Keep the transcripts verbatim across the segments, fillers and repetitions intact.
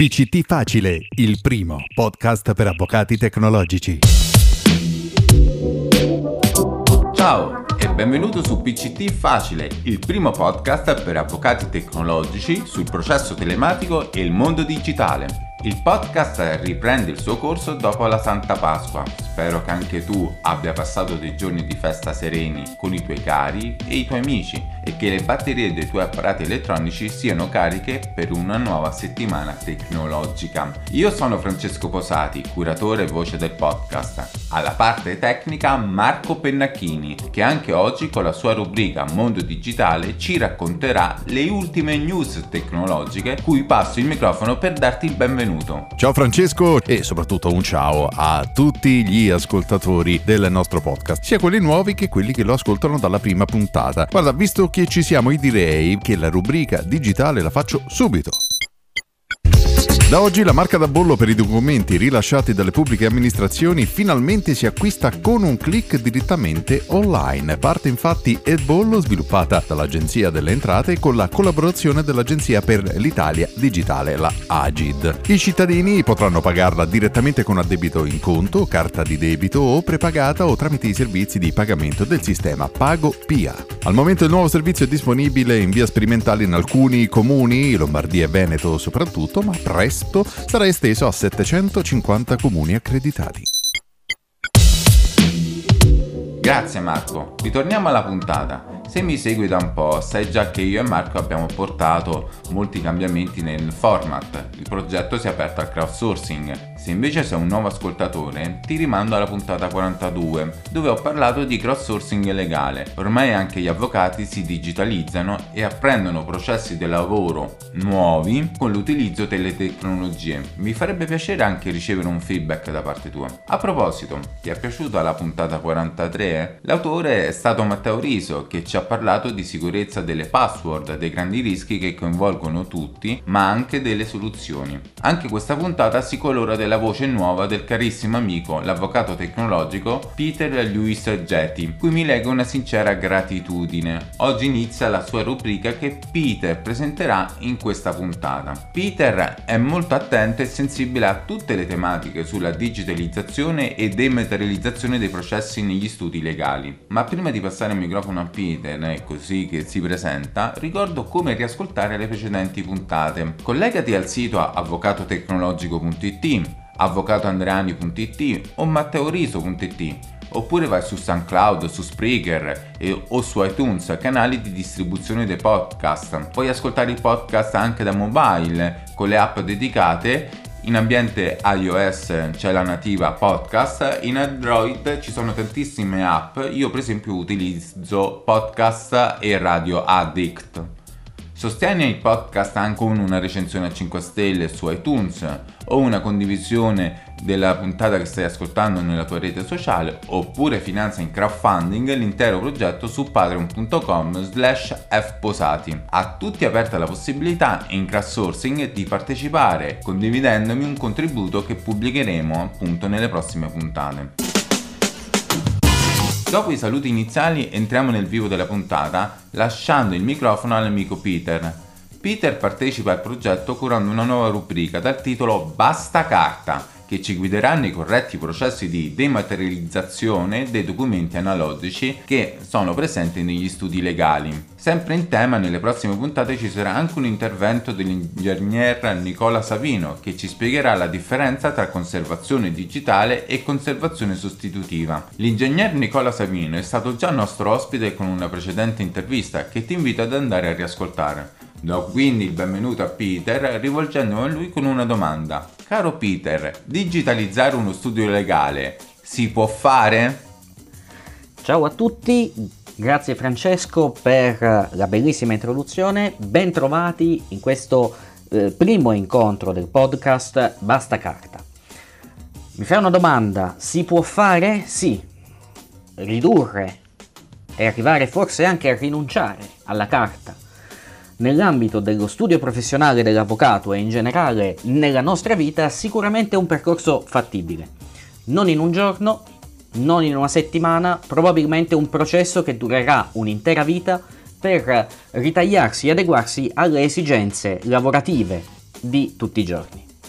P C T Facile, il primo podcast per avvocati tecnologici. Ciao e benvenuto su P C T Facile, il primo podcast per avvocati tecnologici sul processo telematico e il mondo digitale. Il podcast riprende il suo corso dopo la Santa Pasqua. Spero che anche tu abbia passato dei giorni di festa sereni con i tuoi cari e i tuoi amici e che le batterie dei tuoi apparati elettronici siano cariche per una nuova settimana tecnologica. Io sono Francesco Posati, curatore e voce del podcast. Alla parte tecnica Marco Pennacchini, che anche oggi con la sua rubrica Mondo Digitale ci racconterà le ultime news tecnologiche, cui passo il microfono per darti il benvenuto. Ciao Francesco e soprattutto un ciao a tutti gli ascoltatori del nostro podcast, sia quelli nuovi che quelli che lo ascoltano dalla prima puntata. Guarda, visto che ci siamo, io direi che la rubrica digitale la faccio subito. Da oggi la marca da bollo per i documenti rilasciati dalle pubbliche amministrazioni finalmente si acquista con un click direttamente online. Parte infatti e-bollo, sviluppata dall'Agenzia delle Entrate con la collaborazione dell'Agenzia per l'Italia Digitale, la A G I D. I cittadini potranno pagarla direttamente con addebito in conto, carta di debito o prepagata o tramite i servizi di pagamento del sistema Pago P I A. Al momento il nuovo servizio è disponibile in via sperimentale in alcuni comuni, Lombardia e Veneto soprattutto, ma presto sarà esteso a settecentocinquanta comuni accreditati. Grazie Marco, ritorniamo alla puntata. Se mi segui da un po', sai già che io e Marco abbiamo portato molti cambiamenti nel format. Il progetto si è aperto al crowdsourcing. Se invece sei un nuovo ascoltatore, ti rimando alla puntata quarantadue, dove ho parlato di crowdsourcing legale. Ormai anche gli avvocati si digitalizzano e apprendono processi di lavoro nuovi con l'utilizzo delle tecnologie. Mi farebbe piacere anche ricevere un feedback da parte tua. A proposito, ti è piaciuta la puntata quarantatré? L'autore è stato Matteo Riso, che ci ha parlato di sicurezza delle password, dei grandi rischi che coinvolgono tutti, ma anche delle soluzioni. Anche questa puntata si colora della voce nuova del carissimo amico, l'avvocato tecnologico Peter Luis Getty, cui mi lega una sincera gratitudine. Oggi inizia la sua rubrica che Peter presenterà in questa puntata. Peter è molto attento e sensibile a tutte le tematiche sulla digitalizzazione e dematerializzazione dei processi negli studi legali. Ma prima di passare il microfono a Peter, è così che si presenta, ricordo come riascoltare le precedenti puntate. Collegati al sito avvocato tecnologico punto it, avvocato andreani punto it o matteoriso punto it, oppure vai su SoundCloud, su Spreaker e, o su iTunes, canali di distribuzione dei podcast. Puoi ascoltare i podcast anche da mobile con le app dedicate. In ambiente iOS c'è la nativa podcast, in Android ci sono tantissime app. Io per esempio utilizzo Podcast e Radio Addict. Sostieni il podcast anche con una recensione a cinque stelle su iTunes o una condivisione della puntata che stai ascoltando nella tua rete sociale, oppure finanzia in crowdfunding l'intero progetto su patreon punto com slash fposati. A tutti è aperta la possibilità in crowdsourcing di partecipare condividendomi un contributo che pubblicheremo appunto nelle prossime puntate. Dopo i saluti iniziali entriamo nel vivo della puntata lasciando il microfono all'amico Peter. Peter partecipa al progetto curando una nuova rubrica dal titolo Basta Carta, che ci guiderà nei corretti processi di dematerializzazione dei documenti analogici che sono presenti negli studi legali. Sempre in tema, nelle prossime puntate ci sarà anche un intervento dell'ingegner Nicola Savino, che ci spiegherà la differenza tra conservazione digitale e conservazione sostitutiva. L'ingegner Nicola Savino è stato già nostro ospite con una precedente intervista che ti invito ad andare a riascoltare. Do quindi il benvenuto a Peter rivolgendomi a lui con una domanda. Caro Peter, digitalizzare uno studio legale si può fare? Ciao a tutti, grazie Francesco per la bellissima introduzione, ben trovati in questo eh, primo incontro del podcast Basta Carta. Mi fai una domanda, si può fare? Sì, ridurre e arrivare forse anche a rinunciare alla carta nell'ambito dello studio professionale dell'avvocato e in generale nella nostra vita sicuramente è un percorso fattibile. Non in un giorno, non in una settimana, probabilmente un processo che durerà un'intera vita per ritagliarsi e adeguarsi alle esigenze lavorative di tutti i giorni.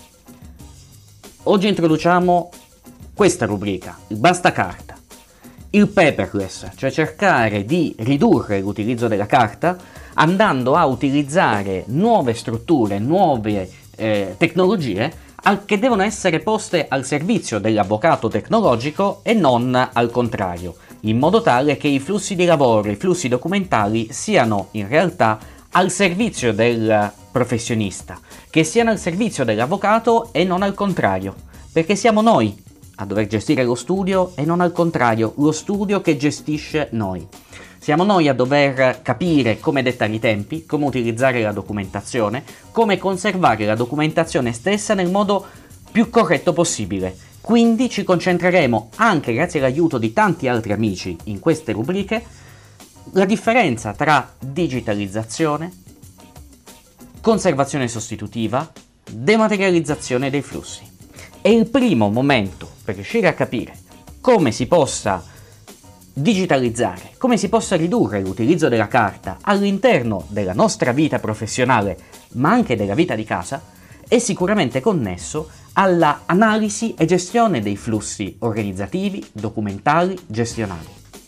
Oggi introduciamo questa rubrica, il basta carta, il paperless, cioè cercare di ridurre l'utilizzo della carta andando a utilizzare nuove strutture, nuove eh, tecnologie che devono essere poste al servizio dell'avvocato tecnologico e non al contrario, in modo tale che i flussi di lavoro, i flussi documentali siano in realtà al servizio del professionista, che siano al servizio dell'avvocato e non al contrario, perché siamo noi a dover gestire lo studio e non al contrario, lo studio che gestisce noi. Siamo noi a dover capire come dettare i tempi, come utilizzare la documentazione, come conservare la documentazione stessa nel modo più corretto possibile. Quindi ci concentreremo, anche grazie all'aiuto di tanti altri amici in queste rubriche, la differenza tra digitalizzazione, conservazione sostitutiva, dematerializzazione dei flussi. È il primo momento per riuscire a capire come si possa digitalizzare, come si possa ridurre l'utilizzo della carta all'interno della nostra vita professionale, ma anche della vita di casa, è sicuramente connesso alla analisi e gestione dei flussi organizzativi, documentali, gestionali.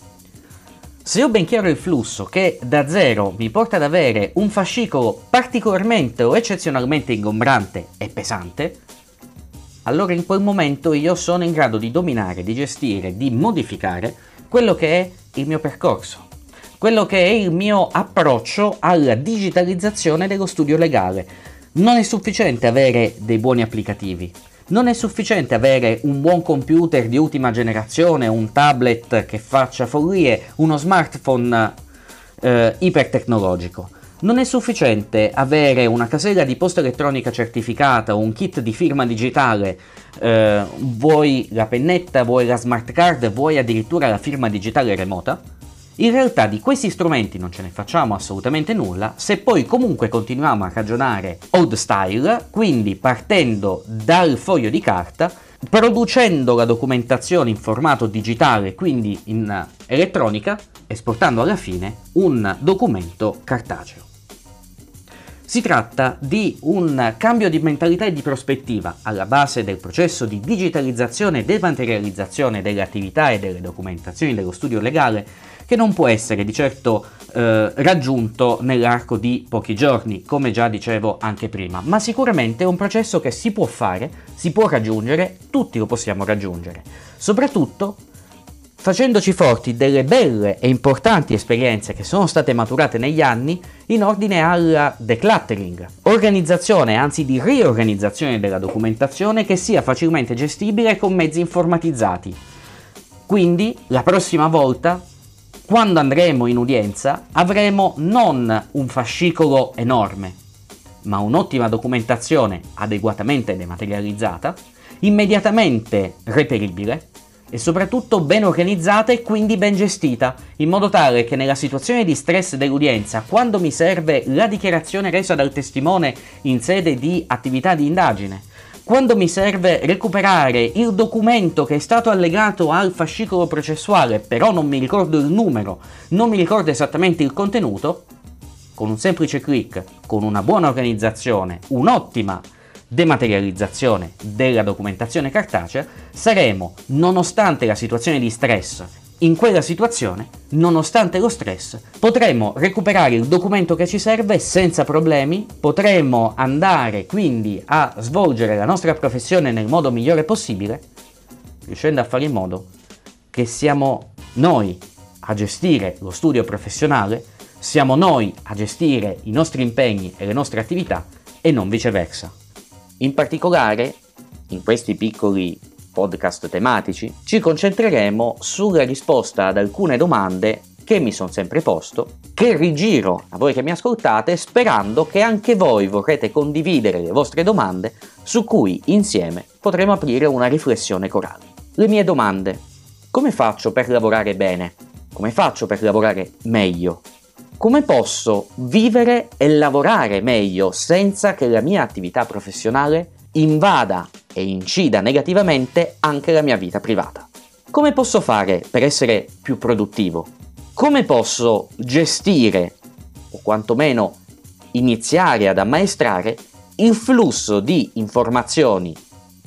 Se ho ben chiaro il flusso che da zero mi porta ad avere un fascicolo particolarmente o eccezionalmente ingombrante e pesante, allora in quel momento io sono in grado di dominare, di gestire, di modificare quello che è il mio percorso, quello che è il mio approccio alla digitalizzazione dello studio legale. Non è sufficiente avere dei buoni applicativi, non è sufficiente avere un buon computer di ultima generazione, un tablet che faccia follie, uno smartphone eh, ipertecnologico. Non è sufficiente avere una casella di posta elettronica certificata o un kit di firma digitale, eh, vuoi la pennetta, vuoi la smart card, vuoi addirittura la firma digitale remota. In realtà di questi strumenti non ce ne facciamo assolutamente nulla se poi comunque continuiamo a ragionare old style, quindi partendo dal foglio di carta, producendo la documentazione in formato digitale, quindi in elettronica, esportando alla fine un documento cartaceo. Si tratta di un cambio di mentalità e di prospettiva alla base del processo di digitalizzazione e dematerializzazione delle attività e delle documentazioni dello studio legale, che non può essere di certo eh, raggiunto nell'arco di pochi giorni, come già dicevo anche prima, ma sicuramente è un processo che si può fare, si può raggiungere, tutti lo possiamo raggiungere, soprattutto facendoci forti delle belle e importanti esperienze che sono state maturate negli anni in ordine al decluttering, organizzazione, anzi di riorganizzazione della documentazione che sia facilmente gestibile con mezzi informatizzati. Quindi la prossima volta, quando andremo in udienza, avremo non un fascicolo enorme, ma un'ottima documentazione adeguatamente dematerializzata, immediatamente reperibile, e soprattutto ben organizzata e quindi ben gestita, in modo tale che nella situazione di stress dell'udienza, quando mi serve la dichiarazione resa dal testimone in sede di attività di indagine, quando mi serve recuperare il documento che è stato allegato al fascicolo processuale, però non mi ricordo il numero, non mi ricordo esattamente il contenuto, con un semplice click, con una buona organizzazione, un'ottima dematerializzazione della documentazione cartacea, saremo, nonostante la situazione di stress, in quella situazione, nonostante lo stress, potremo recuperare il documento che ci serve senza problemi, potremo andare quindi a svolgere la nostra professione nel modo migliore possibile, riuscendo a fare in modo che siamo noi a gestire lo studio professionale, siamo noi a gestire i nostri impegni e le nostre attività e non viceversa. In particolare, in questi piccoli podcast tematici, ci concentreremo sulla risposta ad alcune domande che mi sono sempre posto, che rigiro a voi che mi ascoltate, sperando che anche voi vorrete condividere le vostre domande, su cui insieme potremo aprire una riflessione corale. Le mie domande: come faccio per lavorare bene? Come faccio per lavorare meglio? Come posso vivere e lavorare meglio senza che la mia attività professionale invada e incida negativamente anche la mia vita privata? Come posso fare per essere più produttivo? Come posso gestire, o quantomeno iniziare ad ammaestrare, il flusso di informazioni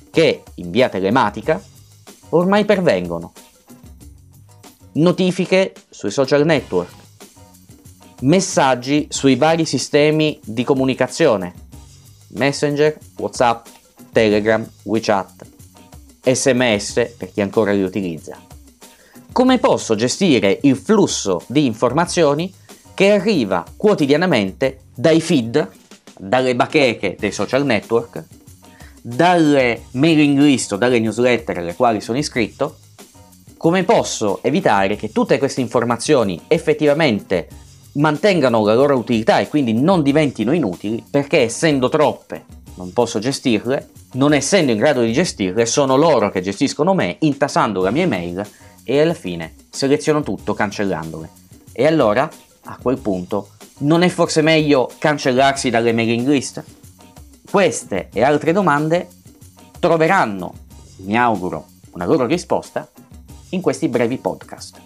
che in via telematica ormai pervengono. Notifiche sui social network, messaggi sui vari sistemi di comunicazione, Messenger, WhatsApp, Telegram, WeChat, S M S per chi ancora li utilizza. Come posso gestire il flusso di informazioni che arriva quotidianamente dai feed, dalle bacheche dei social network, dalle mailing list o dalle newsletter alle quali sono iscritto? Come posso evitare che tutte queste informazioni effettivamente mantengano la loro utilità e quindi non diventino inutili, perché essendo troppe non posso gestirle, non essendo in grado di gestirle sono loro che gestiscono me, intasando la mia email, e alla fine seleziono tutto cancellandole. E allora, a quel punto, non è forse meglio cancellarsi dalle mailing list? Queste e altre domande troveranno, mi auguro, una loro risposta in questi brevi podcast.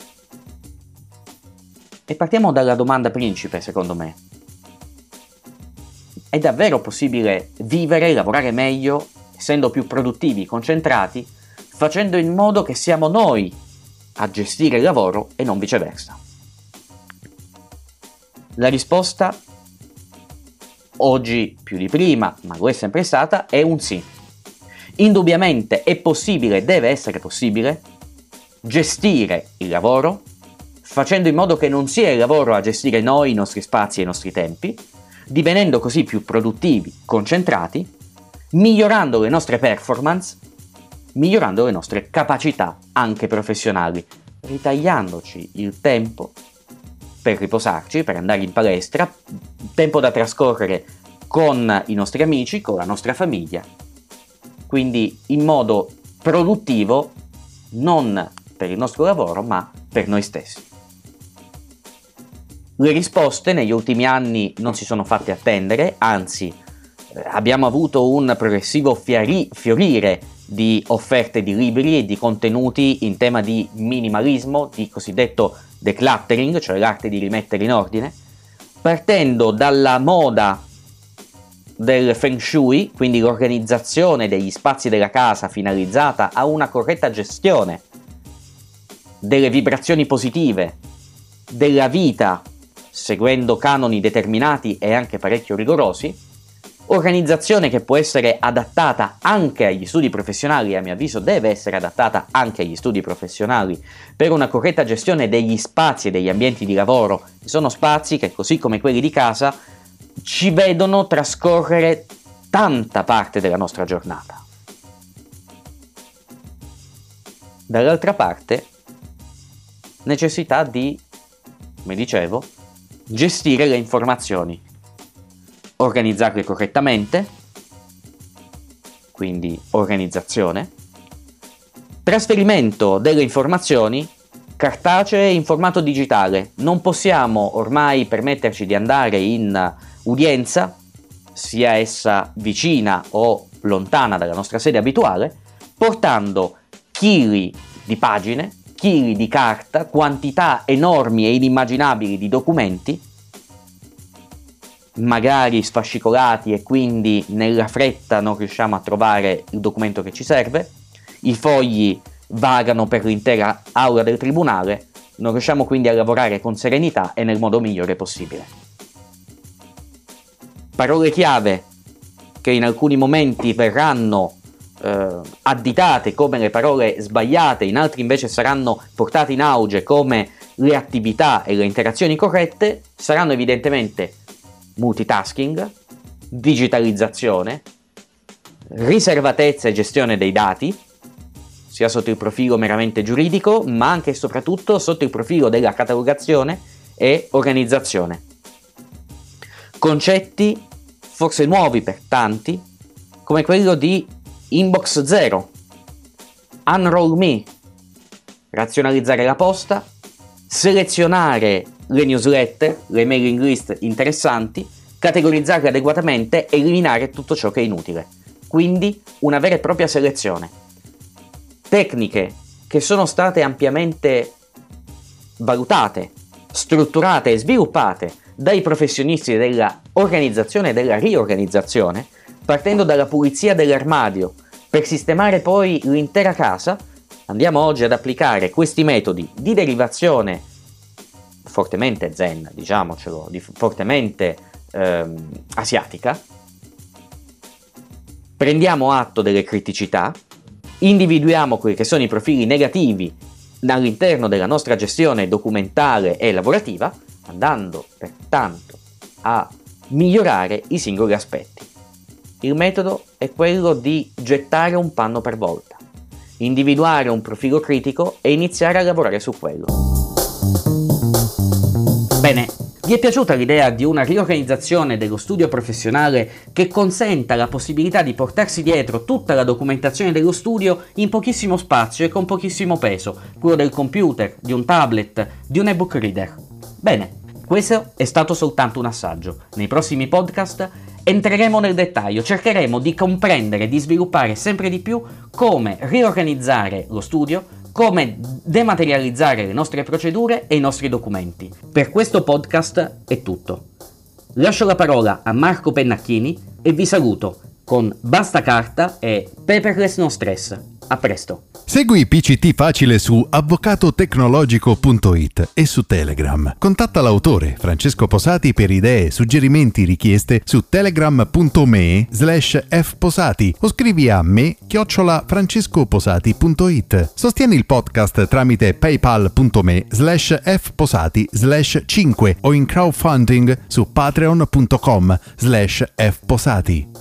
E partiamo dalla domanda principe, secondo me. È davvero possibile vivere e lavorare meglio, essendo più produttivi, concentrati, facendo in modo che siamo noi a gestire il lavoro e non viceversa? La risposta, oggi più di prima, ma lo è sempre stata, è un sì. Indubbiamente è possibile, deve essere possibile, gestire il lavoro, facendo in modo che non sia il lavoro a gestire noi, i nostri spazi e i nostri tempi, divenendo così più produttivi, concentrati, migliorando le nostre performance, migliorando le nostre capacità anche professionali, ritagliandoci il tempo per riposarci, per andare in palestra, tempo da trascorrere con i nostri amici, con la nostra famiglia, quindi in modo produttivo, non per il nostro lavoro, ma per noi stessi. Le risposte negli ultimi anni non si sono fatte attendere, anzi abbiamo avuto un progressivo fiori- fiorire di offerte di libri e di contenuti in tema di minimalismo, di cosiddetto decluttering, cioè l'arte di rimettere in ordine, partendo dalla moda del Feng Shui, quindi l'organizzazione degli spazi della casa finalizzata a una corretta gestione delle vibrazioni positive, della vita, seguendo canoni determinati e anche parecchio rigorosi, organizzazione che può essere adattata anche agli studi professionali, e a mio avviso deve essere adattata anche agli studi professionali, per una corretta gestione degli spazi e degli ambienti di lavoro. Sono spazi che, così come quelli di casa, ci vedono trascorrere tanta parte della nostra giornata. Dall'altra parte, necessità di, come dicevo, gestire le informazioni, organizzarle correttamente, quindi organizzazione, trasferimento delle informazioni cartacee in formato digitale. Non possiamo ormai permetterci di andare in udienza, sia essa vicina o lontana dalla nostra sede abituale, portando chili di pagine, chili di carta, quantità enormi e inimmaginabili di documenti, magari sfascicolati, e quindi nella fretta non riusciamo a trovare il documento che ci serve, i fogli vagano per l'intera aula del tribunale, non riusciamo quindi a lavorare con serenità e nel modo migliore possibile. Parole chiave che in alcuni momenti verranno eh, additate come le parole sbagliate, in altri invece saranno portate in auge come le attività e le interazioni corrette, saranno evidentemente multitasking, digitalizzazione, riservatezza e gestione dei dati, sia sotto il profilo meramente giuridico, ma anche e soprattutto sotto il profilo della catalogazione e organizzazione. Concetti forse nuovi per tanti, come quello di inbox zero, unroll me, razionalizzare la posta, selezionare le newsletter, le mailing list interessanti, categorizzarle adeguatamente, eliminare tutto ciò che è inutile. Quindi una vera e propria selezione. Tecniche che sono state ampiamente valutate, strutturate e sviluppate dai professionisti della organizzazione e della riorganizzazione, partendo dalla pulizia dell'armadio, Per sistemare poi l'intera casa andiamo oggi ad applicare questi metodi di derivazione fortemente zen, diciamocelo, di fortemente ehm, asiatica. Prendiamo atto delle criticità, individuiamo quelli che sono i profili negativi all'interno della nostra gestione documentale e lavorativa, andando pertanto a migliorare i singoli aspetti. Il metodo è quello di gettare un panno per volta, individuare un profilo critico e iniziare a lavorare su quello. Bene, vi è piaciuta l'idea di una riorganizzazione dello studio professionale che consenta la possibilità di portarsi dietro tutta la documentazione dello studio in pochissimo spazio e con pochissimo peso, quello del computer, di un tablet, di un ebook reader? Bene, questo è stato soltanto un assaggio. Nei prossimi podcast entreremo nel dettaglio, cercheremo di comprendere e di sviluppare sempre di più come riorganizzare lo studio, come dematerializzare le nostre procedure e i nostri documenti. Per questo podcast è tutto. Lascio la parola a Marco Pennacchini e vi saluto con Basta Carta e Paperless No Stress. A presto. Segui P C T Facile su avvocato tecnologico punto it e su Telegram. Contatta l'autore Francesco Posati per idee, suggerimenti, richieste su telegram.me slash fposati o scrivi a me chiocciola francescoposati punto it. Sostieni il podcast tramite paypal.me slash fposati slash cinque o in crowdfunding su patreon.com slash fposati.